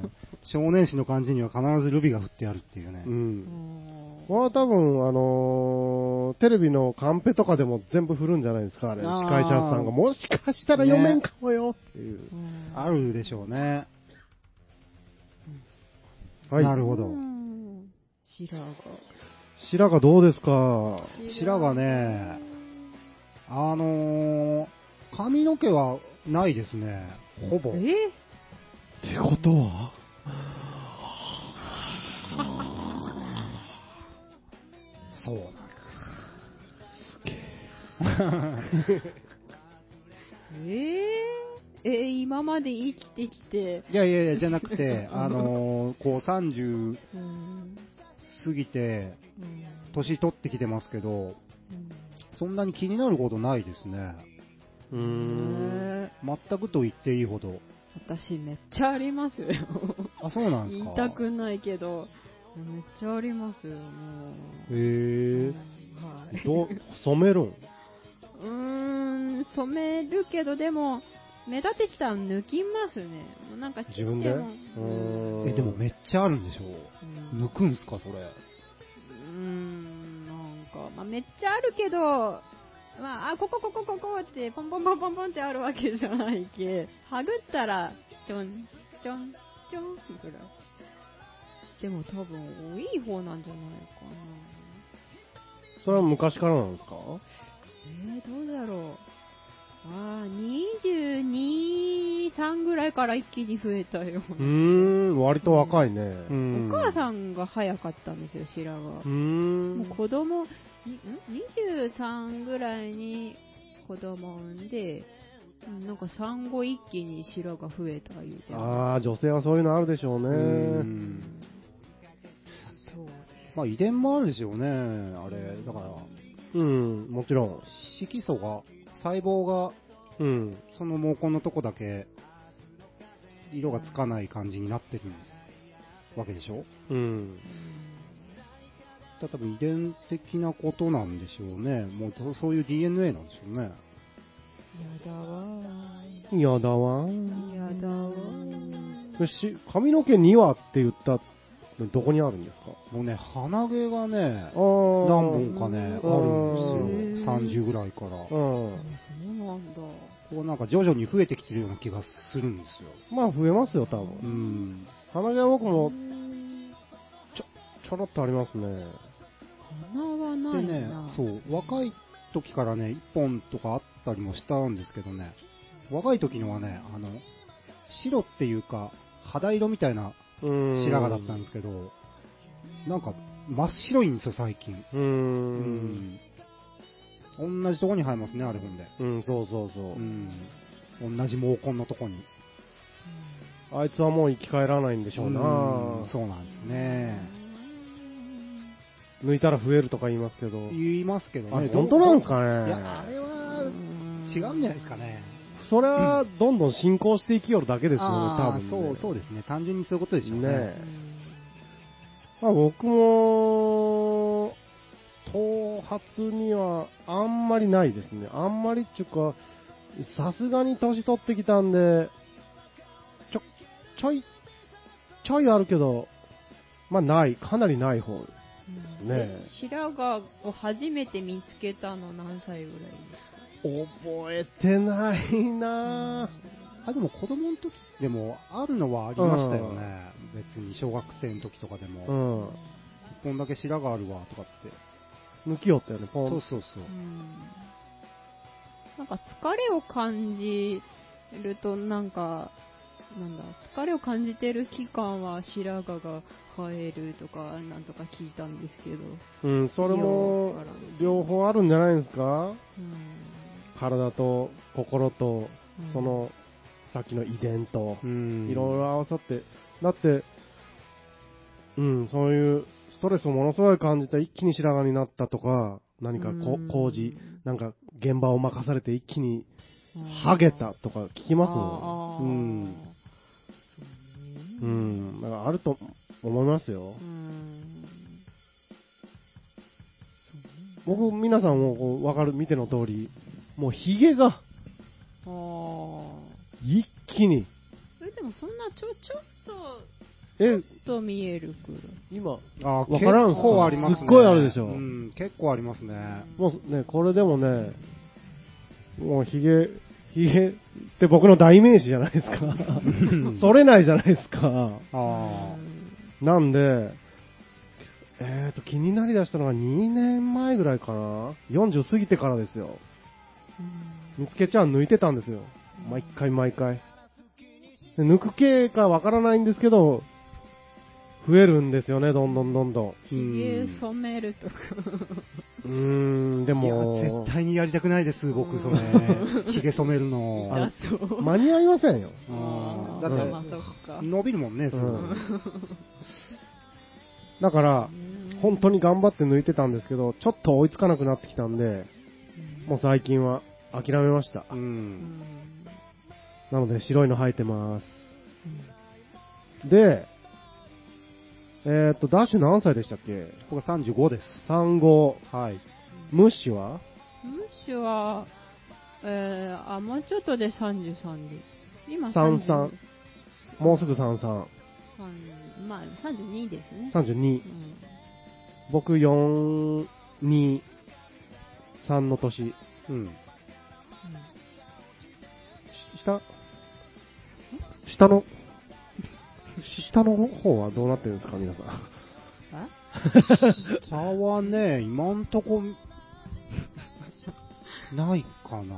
少年誌の漢字には必ずルビが振ってあるっていうね。うん。 これは多分、あのー、テレビのカンペとかでも全部振るんじゃないですか、あれ。司会者さんがもしかしたら読めんかもよっていう。ね、 あるでしょうね。 はい。 なるほど。 白髪。 白髪どうですか？ 白髪ね、あのー、髪の毛はないですね。ほぼ。 えってことはそうなんです。 ええー、今まで生きてきて。 いやいやいや、じゃなくて、あのー、こうさんじゅう過ぎて、年取ってきてますけど、そんなに気になることないですね。うーん。全くと言っていいほど。 私めっちゃありますよ。 あ、そうなんですか。 言いたくないけど、めっちゃありますよ、もう。 へぇー。はい、ど、染めるん？ うーん、染めるけど、でも、目立ってきたら抜きますね。もうなんか切っても。自分で？え、でもめっちゃあるんでしょ、うん、抜くんすか、それ。うーん、なんか、まあ、めっちゃあるけど、まあ、あ、ここここここってポンポンポンポンポンってあるわけじゃないけ、はぐったらちょんちょんちょんぐらい。でも多分多い方なんじゃないかな。 それは昔からなんですか？ えー、どうだろう。ああ、にじゅうに、さんぐらいから一気に増えたよ。 うーん、割と若いね。 うん、お母さんが早かったんですよ、白髪。うーん。もう子供、にじゅうさんぐらいに子供産んで、なんか産後一気に白髪増えた言うて。 ああ、女性はそういうのあるでしょうね。うーん、 そうです。まあ遺伝もあるでしょうね、あれ。だから。 うん、もちろん。 色素が、細胞が、うん、その毛根のとこだけ色がつかない感じになってるわけでしょ。うん。だ多分遺伝的なことなんでしょうね。もうそういう ディーエヌエー なんでしょうね。 やだわー。やだわー。やだわー。し髪の毛にはって言ったどこにあるんですか？ もうね、鼻毛がね、何本かね、あるんですよ。さんじゅうぐらいから。うん。 そうなんだ。 こうなんか徐々に増えてきてるような気がするんですよ。 まあ増えますよ、多分。うん。鼻毛は僕も、ちょ、ちょろっとありますね。 鼻はないな。でね、 そう、若い時からね、いっぽんとかあったりもしたんですけどね、若い時のはね、あの、白っていうか、肌色みたいな白髪だったんですけど、なんか真っ白いんですよ最近。うーん。同じとこに生えますね、あれほんで。 うん、そうそうそう。うん。同じ毛根のとこに。 あいつはもう生き返らないんでしょうな。 うん、そうなんですね。 抜いたら増えるとか言いますけど。 言いますけどね。 本当なんですかね。 いや、あれは違うんじゃないですかね。 それはどんどん進行していきよるだけですよね、多分、ね。 そうそうですね。単純にそういうことでしょうね。ね、 まあ、僕も頭髪にはあんまりないですね。あんまりっていうか、さすがに年取ってきたんで、ちょ、ちょい、ちょいあるけど、まあない、かなりない方ですね。 白髪を初めて見つけたの何歳ぐらいですか？ 覚えてないなぁ、 あ、でも子供の時でもあるのはありましたよね、うん、別に小学生の時とかでも、うん、いっぽんだけ白髪あるわとかって抜きよったよね、ポン。 そうそうそう、うん、 なんか疲れを感じるとなんかなんだ疲れを感じてる期間は白髪が生えるとかなんとか聞いたんですけど、 うん、それも両方あるんじゃないですか、うん、体と心と、うん、そのさっきの遺伝と、うん、いろいろ合わさって、だって、うん、そういうストレスをものすごい感じて一気に白髪になったとか、何かこ、うん、工事、なんか現場を任されて一気にハゲたとか聞きますもん。うん。うん、だからあると思いますよ。うん、僕、皆さんもこう分かる、見ての通り、もうヒゲが、一気に。 え、でもそんなちょ、ちょっと、 え、 ちょっと見えるくらい。 今、あ、分からんすか？ 結構ありますね。 すっごいあるでしょ。うん、結構ありますね。 もうね、これでもね、もうヒゲ、ヒゲって僕の代名詞じゃないですか。それないじゃないですか。あなんで、えーと、気になりだしたのがにねんまえぐらいかな。よんじゅう過ぎてからですよ。見つけちゃん抜いてたんですよ。毎回毎回。で抜く系かわからないんですけど、増えるんですよね、どんどんどんどん。 ひげ染めるとか。 うーん、でも。 いや、絶対にやりたくないです、僕、それ。髭染めるの。 あ間に合いませんよ。 あだって、 まあそっか伸びるもんね、すぐ。うん、 だから、本当に頑張って抜いてたんですけど、ちょっと追いつかなくなってきたんで、もう最近は諦めました。うん、なので、白いの生えてます。うん、で、えっと、ダッシュ何歳でしたっけ？ 僕はさんじゅうごです。 さんじゅうご。 はい。 ムッシュはムッシュは、えー、あ、もうちょっとでさんじゅうさんで。今さんじゅうさん。もうすぐさんじゅうさん。 まあ、さんじゅうにですね。 さんじゅうに。うん、僕よん、に、さんの年。うん。うん、下下の、下の方はどうなってるんですか、皆さん。 下はね、今んとこ、ないかな。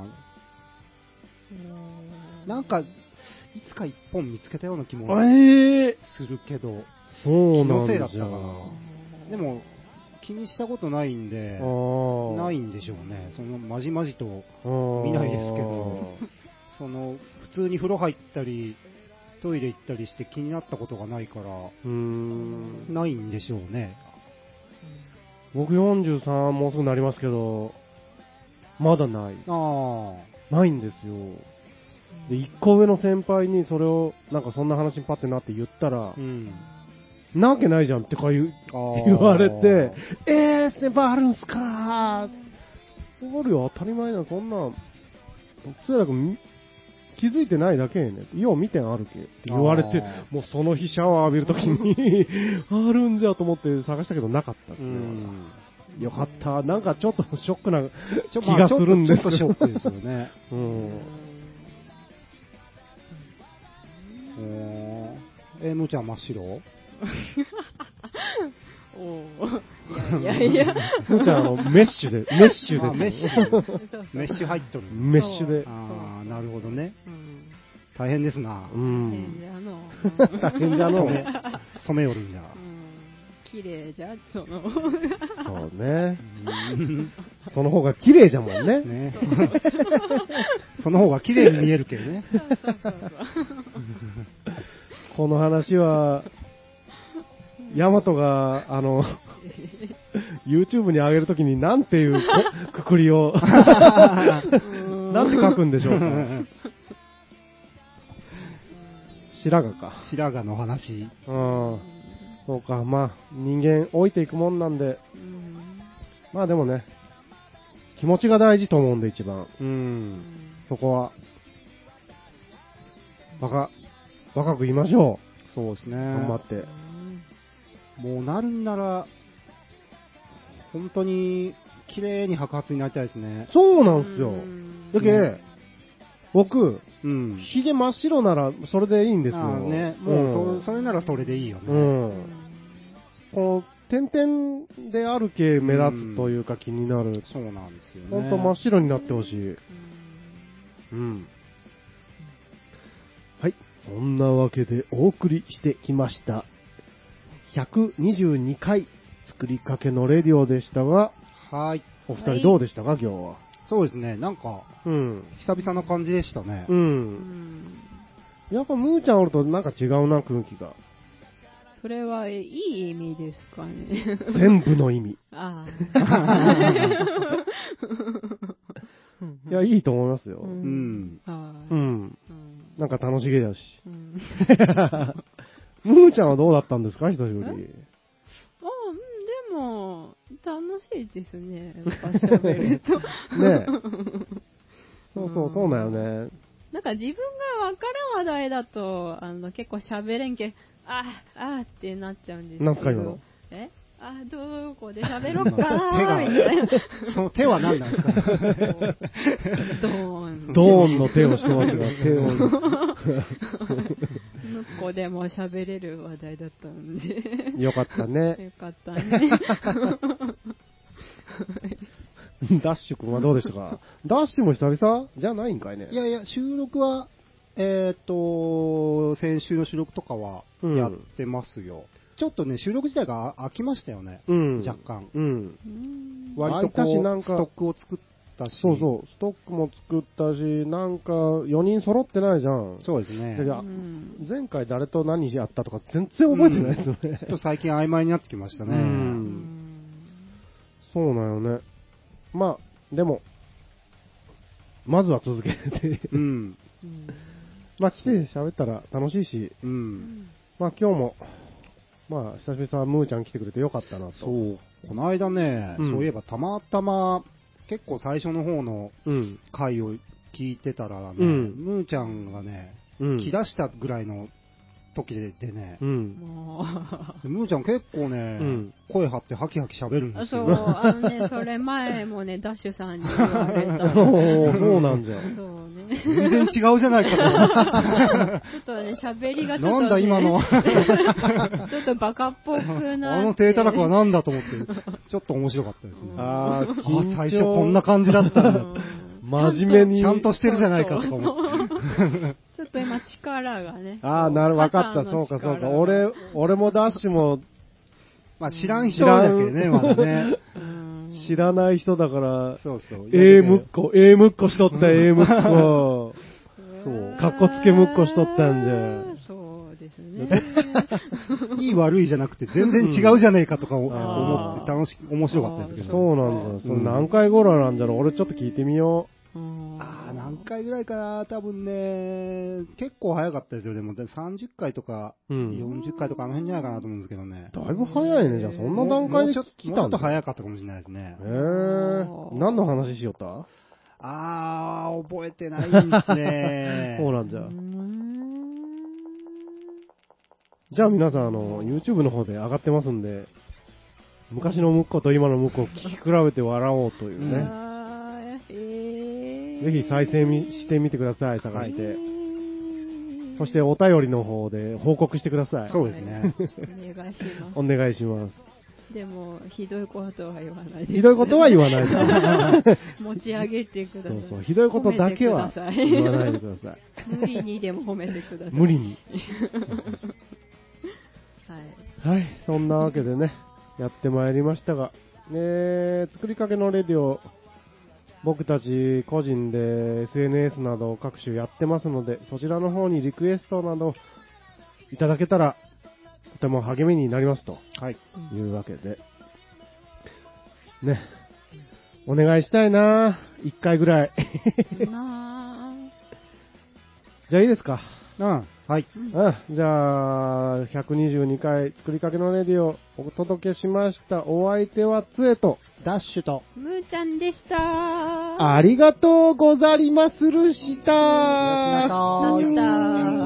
なんか、いつか一本見つけたような気もするけど、えー、 そうなんだ。 気のせいだったかな。でも、気にしたことないんで、ないんでしょうね。その、まじまじと見ないですけど、その、普通に風呂入ったり、トイレ行ったりして気になったことがないから、うーん、ないんでしょうね。 僕よんじゅうさんもうすぐなりますけど、まだない。あないんですよ。で、いっこ上の先輩にそれを、なんかそんな話にパッてなって言ったら、うん、なわけないじゃんってか言言われて、えー、先輩あるんすかーあるよ、当たり前だ、そんな、つやく気づいてないだけやねよう見てんあるけって言われて、もうその日シャワー浴びるときにあるんじゃと思って探したけどなかったですね。よかった。なんかちょっとショックな気がするんですけど、まあ、 ちょっとショックですよね。うん。えー、むーちゃん真っ白おいやいやいや。 むーちゃんあのメッシュで、メッシュで。 メッシュ。メッシュ入っとる。 メッシュで。 ああ、なるほどね。うん、大変ですな。 うん。 大変じゃの。 染めよるんじゃ。 綺麗じゃ、その。 そうね。その方が綺麗じゃもんね。ねその方が綺麗に見えるけどね。 この話は、ヤマトが、あの、YouTube に上げるときになんていうくくりを、なんて書くんでしょうか。白髪か。 白髪の話。 うん。そうか、まあ、人間老いていくもんなんで、うん、まあでもね、気持ちが大事と思うんで一番。うん。そこは、若、若くいましょう。そうですね。 頑張って。 もうなるんなら、本当に綺麗に白髪になりたいですね。 そうなんですよ。だけ、うん、僕、うん、髭真っ白ならそれでいいんですよ。 あね、もう、うん、そ, それならそれでいいよね。うん、 この点々である系目立つというか気になる。 そうなんですよね。 本当真っ白になってほしい。うん。はい。そんなわけでお送りしてきました。ひゃくにじゅうにかい作りかけのレディオでしたが、 はい。 お二人どうでしたか、はい、今日は。 そうですね、なんか、うん、久々な感じでしたね。うん。うん、 やっぱムーちゃんおるとなんか違うな、空気が。 それはいい意味ですかね。 全部の意味。 ああ。いや、いいと思いますよ。うん。うん。うん、なんか楽しげだし。うん、ムーちゃんはどうだったんですか、久しぶり。あ、うん、でも、楽しいですね、やっぱ喋ると。ねそうそう、そうだよね。 なんか自分がわからん話題だと、あの、結構喋れんけ、ああ、あってなっちゃうんですけど。 なんすか今の。 えあ、どこで喋ろうかなみたいな。 その手は何なんですか。ドーン。 ドーンの手をしてますが、手を。 向こうでも喋れる話題だったんで。 よかったね。 よかったね。 ダッシュ君はどうでしたか。ダッシュも久々じゃないんかいね。 いやいや、収録は、えっと、先週の収録とかはやってますよ。 ちょっとね、収録自体が飽きましたよね。 うん。 若干。 うん。 割とこう、なんかストックを作ったし。 そうそう、ストックも作ったし、なんかよにん揃ってないじゃん。 そうですね。 前回誰と何やったとか全然覚えてないですよね。うん、 ちょっと最近曖昧になってきましたね。うん、 そうなんよね。まあ、でも、まずは続けて。うん。まあ来て喋ったら楽しいし、うん、まあ今日も、まあ久々ムーちゃん来てくれてよかったなと。 そう。この間ね、うん、そういえばたまたま、結構最初の方の回を聞いてたらね、うん、ムーちゃんがね、うん、来だしたぐらいの時でね、うん、ムーちゃん結構ね、うん、声張ってハキハキ喋るんですよ。 そう、あのね、それ前もね、ダッシュさんに言われた。 そうなんじゃ。 そうね。 全然違うじゃないかと。 ちょっとね、喋りがちょっと、ね、 なんだ今の。 ちょっとバカっぽくなって。 あの低たらくはなんだと思って、ちょっと面白かったですね。ああ、最初こんな感じだったんだ。 真面目に。 ちゃんとしてるじゃないかとか思って。 ちょっと今力がね。 ああ、なる、わかった。そうか、そうか。俺、俺もダッシュも、 まあ知らん人だけね、まだね。 知らない人だから、 そうそう。 ええむっこ、ええむっこしとった、ええむっこ。そう。かっこつけむっこしとったんじゃ。 そうですね。 いい悪いじゃなくて、全然違うじゃねえかとか思って楽し、面白かったんですけど。 そうなんだ。その何回頃なんじゃろう。俺ちょっと聞いてみよう。 ああ、何回ぐらいかな、多分ね、結構早かったですよ、でもさんじゅっかいとか、うん、よんじゅっかいとかあの辺じゃないかなと思うんですけどね。 だいぶ早いね、じゃあそんな段階で来たんだ。 ちょっと早かったかもしれないですね。 へぇー。何の話しよった？ あー、覚えてないんですね。 そうなんじゃ。じゃあ皆さん、あの、YouTube の方で上がってますんで、昔のムッコと今のムッコを聞き比べて笑おうというね。うんぜひ再生してみてください、探して。はい、そしてお便りの方で報告してください。 そうですね。 お願いします。 お願いします。 でも、ひどいことは言わないで、ね。 ひどいことは言わないで。 持ち上げてください。そうそう、 ひどいことだけは言わないでください。 無理にでも褒めてください。 無理に。 はい。 はい、そんなわけでね、やってまいりましたが、ね、作りかけのレディオ、僕たち個人で エスエヌエス など各種やってますので、そちらの方にリクエストなどいただけたらとても励みになりますと、はい、いうわけでね、お願いしたいな、いっかいぐらいじゃあいいですか。 うん、はい、 うん、じゃあひゃくにじゅうにかい作りかけのレディオお届けしました。お相手はつえとダッシュとムーちゃんでした。 ありがとうござりまするした。 した。